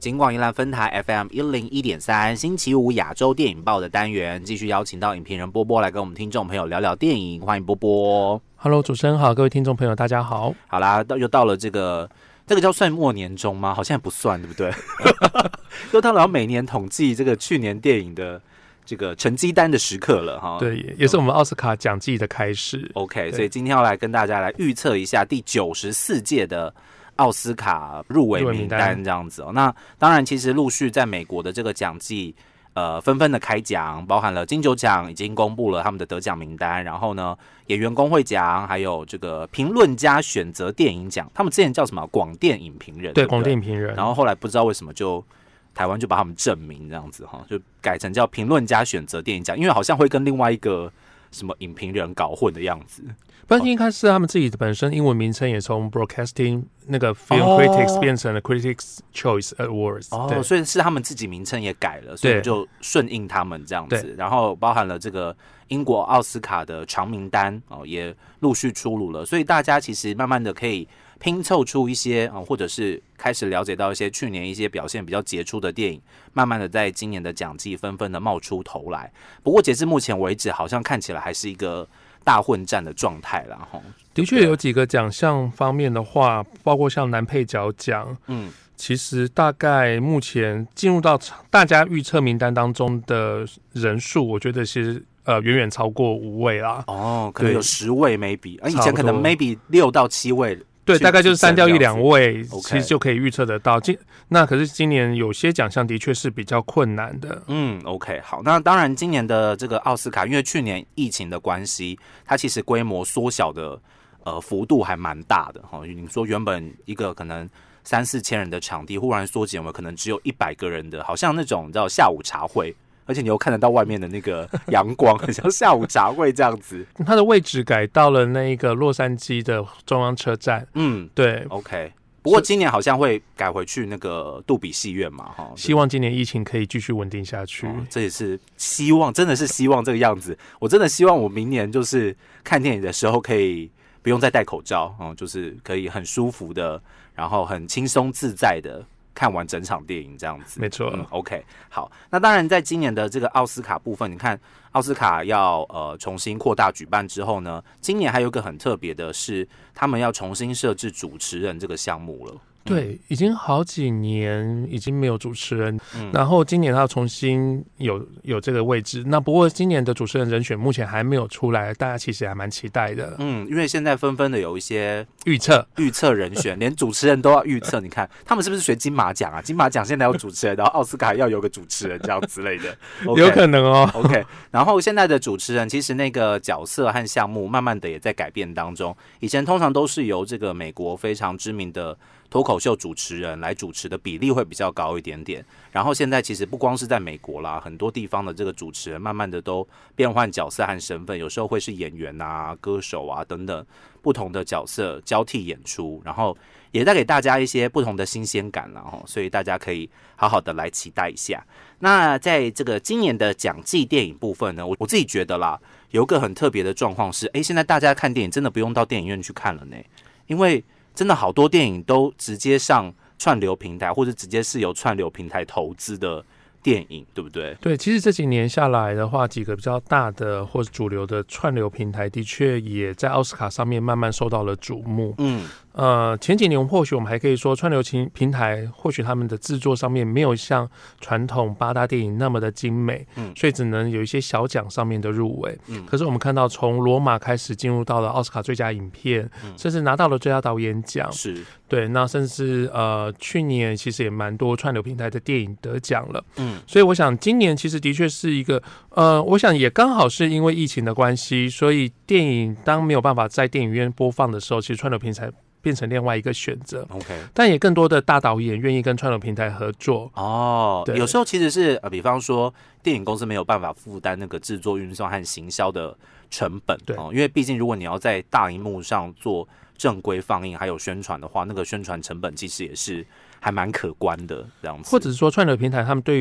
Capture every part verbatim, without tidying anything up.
警广宜兰分台 F M 一零一点三，星期五亚洲电影报的单元，继续邀请到影评人波波来跟我们听众朋友聊聊电影，欢迎波波。 Hello， 主持人好，各位听众朋友，大家好。 好啦，又到了这个。这个叫算末年终吗？好像不算，对不对？又到了每年统计这个去年电影的这个成绩单的时刻了哈。 对，也是我们奥斯卡奖季的开始。 OK， 所以今天要来跟大家来预测一下第九十四届的奥斯卡入围名单这样子哦。那当然，其实陆续在美国的这个奖季。呃，纷纷的开奖，包含了金球奖已经公布了他们的得奖名单，然后呢，演员工会奖，还有这个评论家选择电影奖，他们之前叫什么广电影评人， 对，广电影评人， 然后后来不知道为什么就台湾就把他们正名这样子哈，就改成叫评论家选择电影奖，因为好像会跟另外一个什么影评人搞混的样子。 不然应该是他们自己本身英文名称也从 Broadcasting 那个 Film Critics 变成了 Critics Choice Awards， 哦，所以是他们自己名称也改了，所以就顺应他们这样子。然后包含了这个英国奥斯卡的长名单哦，也陆续出炉了，所以大家其实慢慢的可以拼凑出一些啊，或者是开始了解到一些去年一些表现比较杰出的电影，慢慢的在今年的奖季纷纷的冒出头来。不过截至目前为止，好像看起来还是一个大混战的状态啦，齁。 的确有几个奖项方面的话，包括像男配角奖，嗯，其实大概目前进入到大家预测名单当中的人数，我觉得其实呃远远超过五位啦。 哦，可能有十位 maybe， 而以前可能 maybe 六到七位。 对，大概就是删掉一两位，其实就可以预测得到。今那可是今年有些奖项的确是比较困难的。 嗯 ，OK， 好，那当然今年的这个奥斯卡，因为去年疫情的关系，它其实规模缩小的呃幅度还蛮大的哈。你说原本一个可能三四千人的场地，忽然缩减为可能只有一百个人的，好像那种你知道下午茶会。而且你又看得到外面的那个阳光，很像下午茶会这样子。 它的位置改到了那个洛杉矶的中央车站。嗯，对 ，OK。不过今年好像会改回去那个杜比戏院嘛，哈。 希望今年疫情可以继续稳定下去。哦， 这也是希望，真的是希望这个样子。我真的希望我明年就是看电影的时候可以不用再戴口罩，嗯，就是可以很舒服的，然后很轻松自在的。看完整场电影这样子， 没错。 嗯 OK， 好，那当然在今年的这个奥斯卡部分，你看奥斯卡要呃重新扩大举办之后呢，今年还有一个很特别的是，他们要重新设置主持人这个项目了。 对，已经好几年已经没有主持人，嗯、然后今年他要重新有有这个位置。那不过今年的主持人人选目前还没有出来，大家其实还蛮期待的。 嗯，因为现在纷纷的有一些预测预测人选，连主持人都要预测。你看他们是不是学金马奖啊？金马奖现在有主持人，然后奥斯卡要有个主持人这样之类的， okay, 有可能哦。 OK， 然后现在的主持人其实那个角色和项目慢慢的也在改变当中。以前通常都是由这个美国非常知名的脱口秀主持人来主持的比例会比较高一点点，然后现在其实不光是在美国啦，很多地方的这个主持人慢慢的都变换角色和身份，有时候会是演员啊、歌手啊等等不同的角色交替演出，然后也带给大家一些不同的新鲜感啦，所以大家可以好好的来期待一下。那在这个今年的奖季电影部分呢，我自己觉得啦，有一个很特别的状况是，哎，现在大家看电影真的不用到电影院去看了呢，因为真的好多电影都直接上串流平台，或者直接是由串流平台投资的电影，对不对？ 对，其实这几年下来的话，几个比较大的或者主流的串流平台，的确也在奥斯卡上面慢慢受到了瞩目。嗯，呃，前几年或许我们还可以说，串流平台或许他们的制作上面没有像传统八大电影那么的精美，嗯，所以只能有一些小奖上面的入围。嗯，可是我们看到从罗马开始进入到了奥斯卡最佳影片，嗯、甚至拿到了最佳导演奖。 是， 对，那甚至呃去年其实也蛮多串流平台的电影得奖了。嗯，所以我想今年其实的确是一个呃，我想也刚好是因为疫情的关系，所以电影当没有办法在电影院播放的时候，其实串流平台变成另外一个选择 ，OK， 但也更多的大导演愿意跟串流平台合作哦。有时候其实是呃，比方说电影公司没有办法负担那个制作、运送和行销的成本， 对、 哦，因为毕竟如果你要在大荧幕上做正规放映还有宣传的话，那个宣传成本其实也是还蛮可观的这样子。 或者是说串流平台他们对于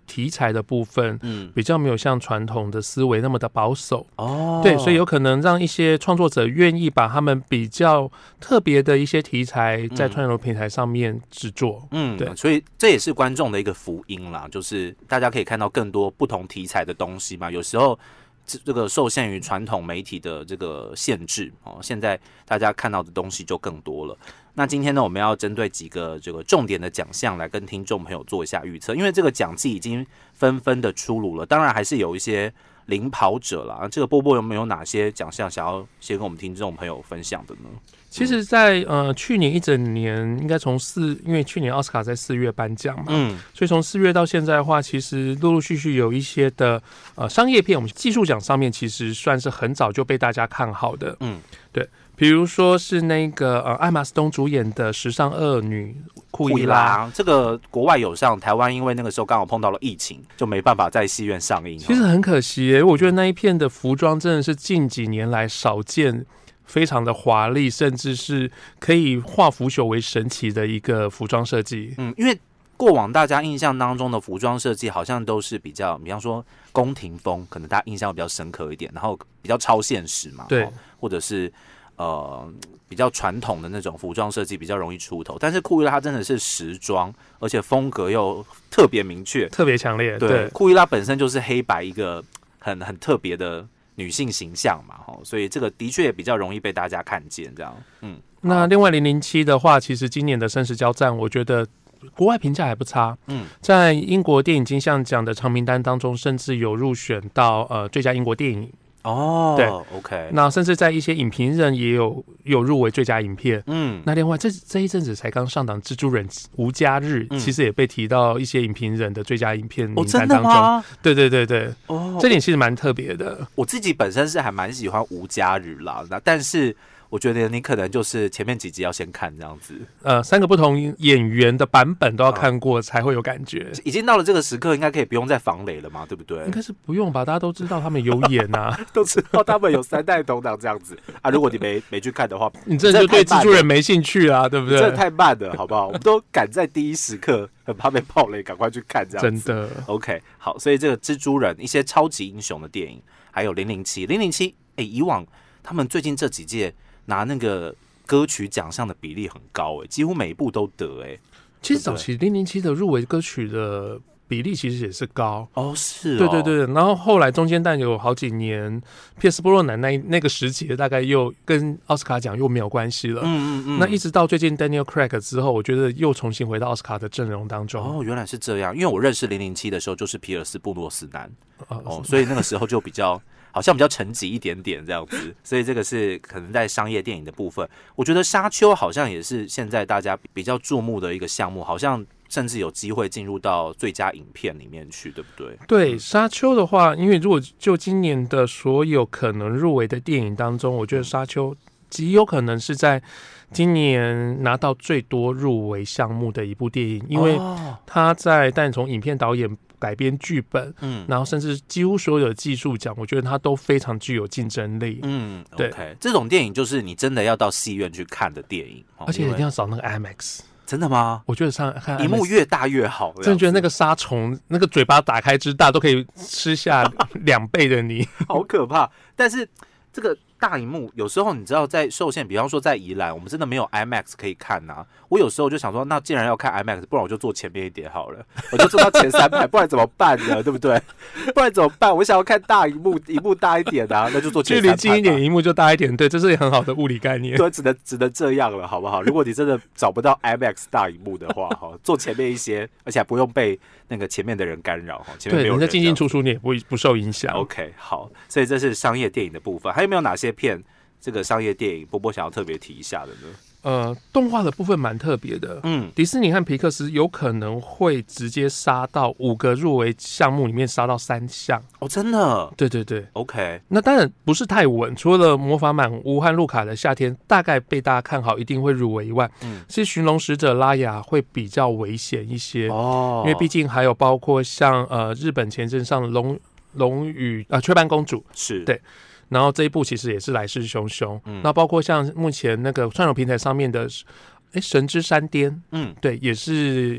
题材的部分，嗯，比较没有像传统的思维那么的保守哦，对，所以有可能让一些创作者愿意把他们比较特别的一些题材在串流平台上面制作， 嗯，对，所以这也是观众的一个福音啦，就是大家可以看到更多不同题材的东西嘛，有时候这个受限于传统媒体的这个限制哦，现在大家看到的东西就更多了。那今天呢，我们要针对几个这个重点的奖项来跟听众朋友做一下预测，因为这个奖季已经纷纷的出炉了，当然还是有一些领跑者啦。这个波波有没有哪些奖项想要先跟我们听众朋友分享的呢？ 其实在，在呃去年一整年，应该从四，因为去年奥斯卡在四月颁奖嘛，嗯，所以从四月到现在的话，其实陆陆续续有一些的呃商业片，我们技术奖上面其实算是很早就被大家看好的，嗯，对。比如说是那个呃艾玛斯东主演的《时尚恶女》库伊拉， 这个国外有上，台湾因为那个时候刚好碰到了疫情，就没办法在戏院上映。 其实很可惜耶，我觉得那一片的服装真的是近几年来少见，非常的华丽，甚至是可以化腐朽为神奇的一个服装设计。 嗯，因为过往大家印象当中的服装设计好像都是比较，比方说宫廷风，可能大家印象比较深刻一点，然后比较超现实嘛， 对， 或者是。呃，比较传统的那种服装设计比较容易出头，但是库伊拉它真的是时装，而且风格又特别明确、 特别强烈。 对，对库伊拉本身就是黑白一个很很特别的女性形象嘛，所以这个的确也比较容易被大家看见。这样，嗯。 那另外零零七的话，其实今年的生死交战，我觉得国外评价还不差。嗯，在英国电影金像奖的长名单当中，甚至有入选到呃最佳英国电影。 哦， 对 ，OK， 那甚至在一些影评人也有有入围最佳影片。嗯，那另外这这一阵子才刚上档《蜘蛛人无家日》，嗯，其实也被提到一些影评人的最佳影片名单当中。 哦， 对对对对，哦，这点其实蛮特别的。 我自己本身是还蛮喜欢《无家日》啦，那但是。我觉得你可能就是前面几集要先看这样子， 呃，三个不同演员的版本都要看过才会有感觉。 已经到了这个时刻，应该可以不用再防雷了嘛，对不对？ 应该是不用吧，大家都知道他们有演啊， 都知道他们有三代同堂这样子啊。如果你没没去看的话， 你这就对蜘蛛人没兴趣啊，对不对？ 这太慢了，好不好？我们都赶在第一时刻，很怕被爆雷，赶快去看这样子。 真的 ，OK， 好，所以这个蜘蛛人一些超级英雄的电影，还有零零七，零零七，哎，以往他们最近这几届。拿那个歌曲奖项的比例很高哎、欸，几乎每一部都得哎、欸。 其实早期零零七的入围歌曲的比例其实也是高哦，是哦， 对对对。然后后来中间但有好几年，皮尔斯波洛南那那个时期大概又跟奥斯卡奖又没有关系了。嗯嗯嗯。那一直到最近 Daniel Craig 之后，我觉得又重新回到奥斯卡的阵容当中。 哦，原来是这样。因为我认识零零七的时候就是皮尔斯布洛斯南哦, 哦，所以那个时候就比较。好像比较沉寂一点点这样子，所以这个是可能在商业电影的部分。我觉得《沙丘》好像也是现在大家比较注目的一个项目，好像甚至有机会进入到最佳影片里面去，对不对？ 对，《沙丘》的话，因为如果就今年的所有可能入围的电影当中，我觉得《沙丘》极有可能是在今年拿到最多入围项目的一部电影，因为他在但从影片导演。改编剧本，嗯，然后甚至几乎所有的技术奖，我觉得它都非常具有竞争力。 嗯，对， okay, 这种电影就是你真的要到戏院去看的电影， 而且一定要找那个 IMAX。 真的吗？ 我觉得上看萤幕越大越好， 真的觉得那个杀虫，那个嘴巴打开之大，都可以吃下两倍的你， 好可怕。但是这个大荧幕有时候你知道在受限，比方说在宜兰，我们真的没有 IMAX 可以看呐、啊。我有时候就想说，那既然要看 IMAX， 不然我就坐前面一点好了，我就坐到前三排，不然怎么办呢？对不对？不然怎么办？我想要看大荧幕，荧幕大一点啊，那就坐前三排。距离近一点，荧幕就大一点，对，这是很好的物理概念。 对，只能只能这样了，好不好？如果你真的找不到 IMAX 大荧幕的话，哈，坐前面一些，而且还不用被那个前面的人干扰，哈，前面没有人， 对，你在进进出出你也不不受影响。 OK， 好，所以这是商业电影的部分，还有没有哪些片？这个商业电影，波波想要特别提一下的呢？ 呃，动画的部分蛮特别的。嗯，迪士尼和皮克斯有可能会直接杀到五个入围项目里面杀到三项。 哦，真的？ 对对对 ，OK。 那当然不是太稳，除了魔法满屋和路卡的夏天大概被大家看好一定会入围以外，嗯，是寻龙使者拉雅会比较危险一些哦，因为毕竟还有包括像呃日本前阵上的龙龙与啊雀斑公主是对。然后这一部其实也是来势汹汹，嗯，那包括像目前那个串流平台上面的，哎，神之山巅，嗯，对，也是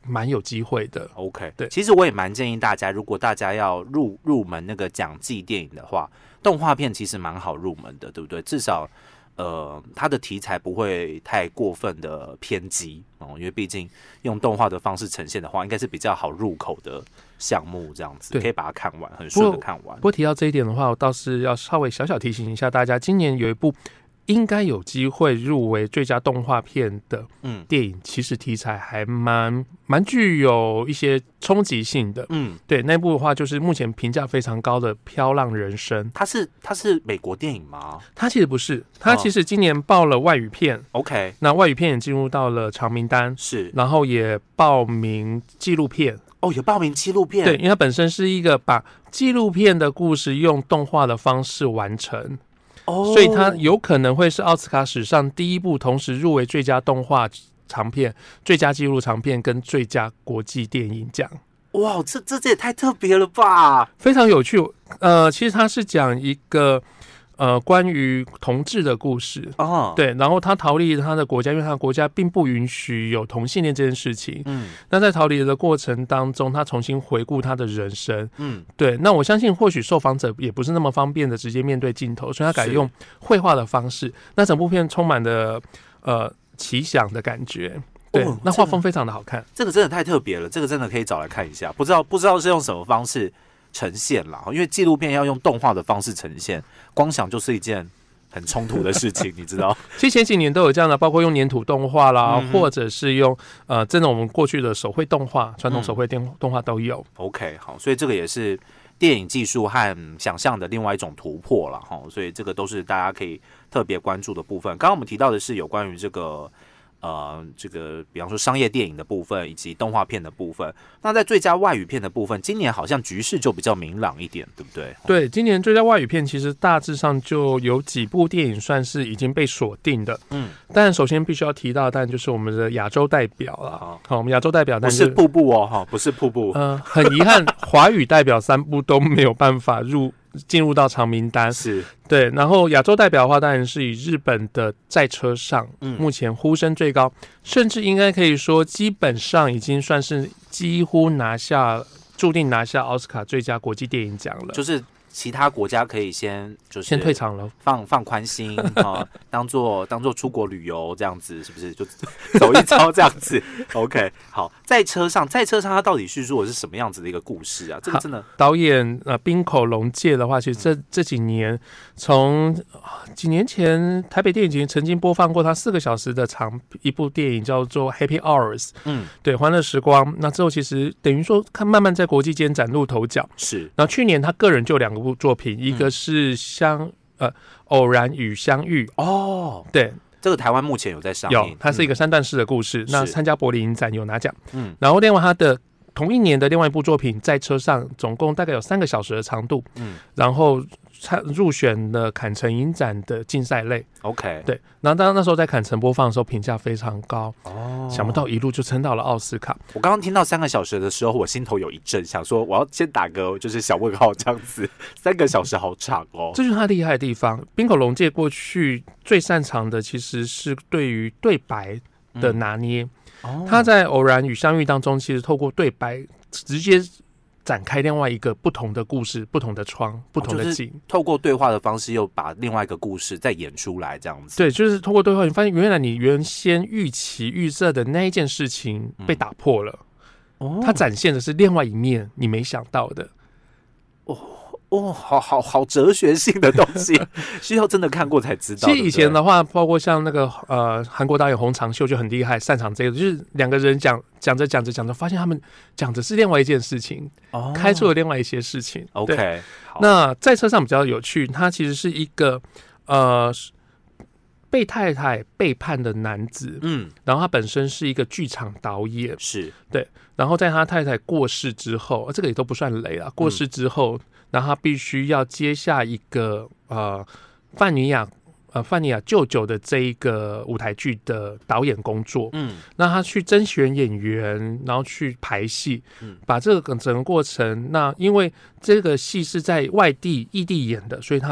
蛮有机会的。 OK， 对， 其实我也蛮建议大家，如果大家要入入门那个讲记电影的话，动画片其实蛮好入门的，对不对？至少呃，它的题材不会太过分的偏激哦，因为毕竟用动画的方式呈现的话，应该是比较好入口的项目，这样子可以把它看完，很顺的看完。 不过提到这一点的话，我倒是要稍微小小提醒一下大家，今年有一部应该有机会入围最佳动画片的电影，嗯、其实题材还蛮蛮具有一些冲击性的。嗯，对，那部的话就是目前评价非常高的《飘浪人生》。 它是它是美国电影吗？ 它其实不是，它其实今年报了外语片。 OK，、哦、 那外语片也进入到了长名单， 是， 然后也报名纪录片。 哦，有报名纪录片？ 对，因为它本身是一个把纪录片的故事用动画的方式完成。Oh. 所以它有可能会是奥斯卡史上第一部同时入围最佳动画长片、最佳纪录长片跟最佳国际电影奖。 哇，这这这也太特别了吧！ 非常有趣。呃，其实它是讲一个呃关于同志的故事哦， oh. 对，然后他逃离他的国家，因为他的国家并不允许有同性恋这件事情。嗯，那在逃离的过程当中，他重新回顾他的人生。嗯，对，那我相信或许受访者也不是那么方便的直接面对镜头，所以他改用绘画的方式。那整部片充满了呃奇想的感觉。对，哦、那画风非常的好看。 这个真的太特别了，这个真的可以找来看一下。不知道不知道是用什么方式呈现啦，因为纪录片要用动画的方式呈现，光想就是一件很冲突的事情，你知道？ 其实前几年都有这样的，包括用黏土动画啦，嗯、或者是用呃，真的我们过去的手绘动画、传统手绘电动画都有。 嗯、OK， 好，所以这个也是电影技术和想象的另外一种突破了哈，所以这个都是大家可以特别关注的部分。刚刚我们提到的是有关于这个。呃，这个比方说商业电影的部分以及动画片的部分，那在最佳外语片的部分，今年好像局势就比较明朗一点，对不对？ 对，今年最佳外语片其实大致上就有几部电影算是已经被锁定的。嗯，但首先必须要提到，但就是我们的亚洲代表了。好，好，我们亚洲代表，但是不是瀑布哦，哈，不是瀑布。 呃，很遗憾，华语代表三部都没有办法入。进入到长名单是对，然后亚洲代表的话，当然是以日本的在车上，嗯，目前呼声最高，甚至应该可以说，基本上已经算是几乎拿下，注定拿下奥斯卡最佳国际电影奖了， 就是。其他国家可以先就是先退场了， 放放宽心啊，当做当做出国旅游这样子，是不是就走一遭这样子 ？OK， 好，在车上，在车上它到底叙述的是什么样子的一个故事啊？这个真的导演呃滨口龙介的话，其实这、嗯、这几年从几年前台北电影节曾经播放过他四个小时的长一部电影叫做《Happy Hours》，嗯，对，欢乐时光。那之后其实等于说看慢慢在国际间崭露头角， 是。 然后去年他个人就两个部作品，一个是相、嗯、呃偶然与相遇哦， 对， 这个台湾目前有在上映， 有，它是一个三段式的故事，嗯、那参加柏林影展有拿奖，嗯，然后另外他的同一年的另外一部作品在车上，总共大概有三个小时的长度，嗯，然后入选了坎城影展的竞赛类 ，OK， 对，然后当那时候在坎城播放的时候评价非常高，哦，想不到一路就撑到了奥斯卡。 我刚刚听到三个小时的时候，我心头有一震，想说我要先打个就是小问号这样子，三个小时好长哦。 这就是他厉害的地方。滨口龙介过去最擅长的其实是对于对白的拿捏，嗯哦、他在偶然与相遇当中，其实透过对白直接展开另外一个不同的故事，不同的窗，不同的景、哦就是、 透过对话的方式又把另外一个故事再演出来这样子。 对，就是透过对话你发现原来你原先预期预设的那一件事情被打破了、嗯、它展现的是另外一面你没想到的。 哦哦，好好好哲学性的东西，需要真的看过才知道。 其实以前的话，包括像那个呃韩国导演洪长秀就很厉害，擅长这个，就是两个人讲讲着讲着讲着，发现他们讲的是另外一件事情，哦、开出了另外一些事情。 OK， 那在车上比较有趣，他其实是一个呃被太太背叛的男子，嗯，然后他本身是一个剧场导演， 是对，然后在他太太过世之后，这个也都不算雷啦，过世之后。嗯，然后他必须要接下一个呃范尼亚呃范尼亚舅舅的这一个舞台剧的导演工作，嗯，那他去甄选演员，然后去排戏，嗯，把这个整个过程，那因为这个戏是在外地异地演的，所以他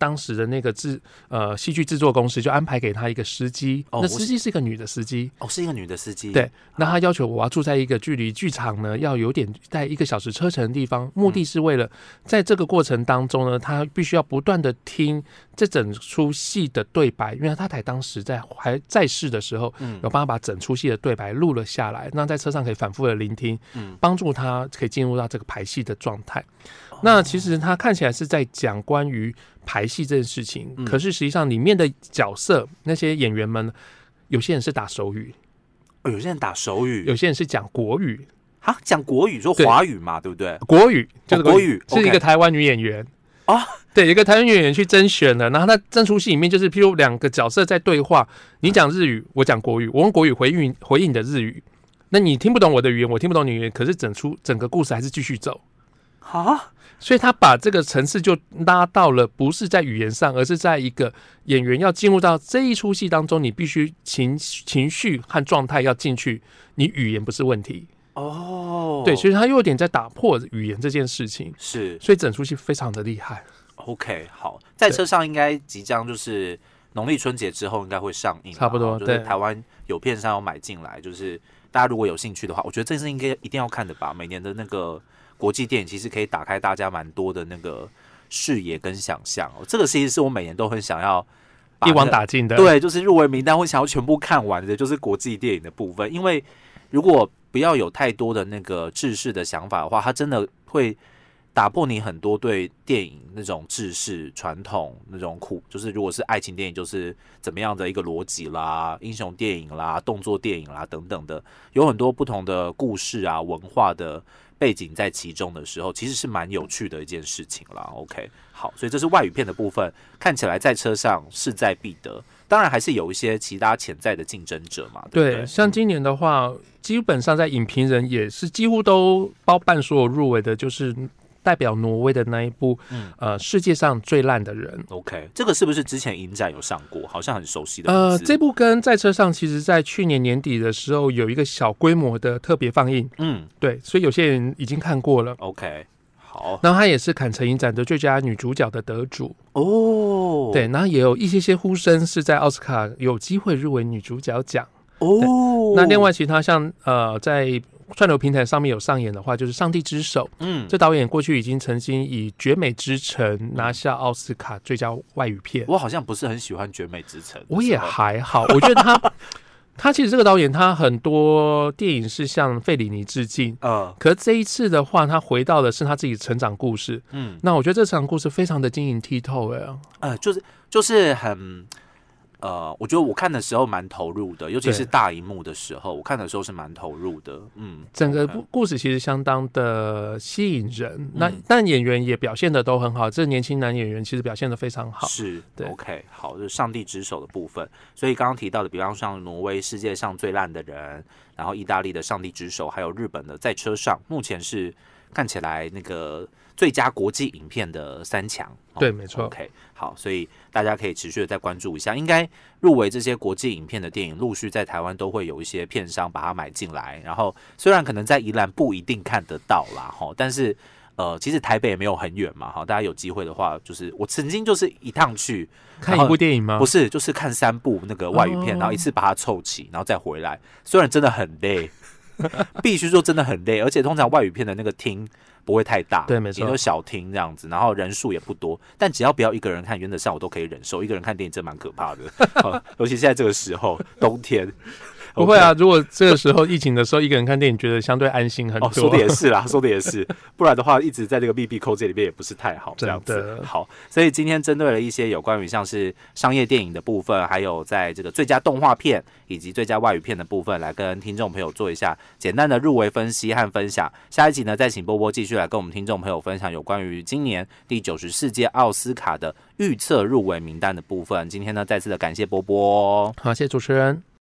当时的那个制呃戏剧制作公司就安排给他一个司机，哦、那司机是一个女的司机， 哦，是一个女的司机。 对，那他要求我要住在一个距离剧场呢要有点在一个小时车程的地方，目的是为了在这个过程当中呢，他必须要不断的听这整出戏的对白，因为他太太当时在还在世的时候，嗯、有帮他把整出戏的对白录了下来，让在车上可以反复的聆听，嗯、帮助他可以进入到这个排戏的状态。那其实他看起来是在讲关于排戏这件事情，嗯、可是实际上里面的角色那些演员们，有些人是打手语， 哦、有些人打手语， 有些人是讲国语。 啊，讲国语说华语嘛， 对, 对不对？ 国语就是国语， 哦、是一个台湾女演员啊， 对，一个台湾女演员去甄选的，然后他这出戏里面就是譬如两个角色在对话，你讲日语，我讲国语，我用国语回应回应你的日语，那你听不懂我的语言，我听不懂你的语言，可是整出整个故事还是继续走啊。 所以他把这个层次就拉到了不是在语言上，而是在一个演员要进入到这一出戏当中，你必须情情绪和状态要进去，你语言不是问题哦。 对，所以他又有点在打破语言这件事情， 是， 所以整出戏非常的厉害。 OK， 好，在车上应该即将就是农历春节之后应该会上映， 差不多， 就是台湾有片商要买进来，就是大家如果有兴趣的话，我觉得这是应该一定要看的吧。每年的那个国际电影其实可以打开大家蛮多的那个视野跟想象、哦，这个其实是我每年都很想要一网打尽的。 对，就是入围名单会想要全部看完的，就是国际电影的部分。因为如果不要有太多的那个制式的想法的话，它真的会打破你很多对电影那种制式传统那种苦，就是如果是爱情电影，就是怎么样的一个逻辑啦，英雄电影啦，动作电影啦等等的，有很多不同的故事啊，文化的背景在其中的时候，其实是蛮有趣的一件事情啦。OK， 好，所以这是外语片的部分，看起来在车上势在必得。当然还是有一些其他潜在的竞争者嘛，对不对？ 对，像今年的话，基本上在影评人也是几乎都包办所有入围的，就是代表挪威的那一部，嗯、呃，世界上最烂的人。 OK， 这个是不是之前影展有上过？好像很熟悉的名字。 呃，这部跟在车上，其实在去年年底的时候有一个小规模的特别放映。嗯，对，所以有些人已经看过了。 OK， 好。 然后他也是坎城影展的最佳女主角的得主。 哦， 对，然后也有一些些呼声是在奥斯卡有机会入围女主角奖。 哦， 那另外其他像呃在串流平台上面有上演的话，就是《上帝之手》。嗯，这导演过去已经曾经以《绝美之城》拿下奥斯卡最佳外语片。 我好像不是很喜欢《绝美之城》， 我也还好。我觉得他他其实这个导演他很多电影是向费里尼致敬，呃，可是这一次的话，他回到的是他自己的成长故事。嗯，那我觉得这成长故事非常的晶莹剔透，哎， 呃，就是就是很。呃，我觉得我看的时候蛮投入的，尤其是大荧幕的时候，我看的时候是蛮投入的。嗯， 整个故事其实相当的吸引人，嗯、那但演员也表现的都很好，这年轻男演员其实表现的非常好。 是，对 ，OK， 好，就是上帝之手的部分。所以刚刚提到的，比方像挪威世界上最烂的人，然后意大利的上帝之手，还有日本的在车上，目前是看起来那个最佳国际影片的三强。 对，没错。 OK， 好，所以大家可以持续的再关注一下。应该入围这些国际影片的电影，陆续在台湾都会有一些片商把它买进来。然后虽然可能在宜兰不一定看得到啦，但是呃，其实台北也没有很远嘛。大家有机会的话，就是我曾经就是一趟去看一部电影吗？ 不是，就是看三部那个外语片，哦、然后一次把它凑齐，然后再回来。虽然真的很累，必须说真的很累，而且通常外语片的那个厅不会太大， 对，没错， 你说小厅这样子，然后人数也不多，但只要不要一个人看，原则上我都可以忍受。一个人看电影真蛮可怕的，呃、尤其现在这个时候，冬天。 不会啊，如果这个时候疫情的时候，一个人看电影觉得相对安心很多。哦， 说的也是啦，说的也是，不然的话一直在这个密闭空间里面也不是太好，这样子。好，所以今天针对了一些有关于像是商业电影的部分，还有在这个最佳动画片以及最佳外语片的部分，来跟听众朋友做一下简单的入围分析和分享。下一集呢，再请波波继续来跟我们听众朋友分享有关于今年第九十四届奥斯卡的预测入围名单的部分。今天呢，再次的感谢波波， 好，谢谢主持人。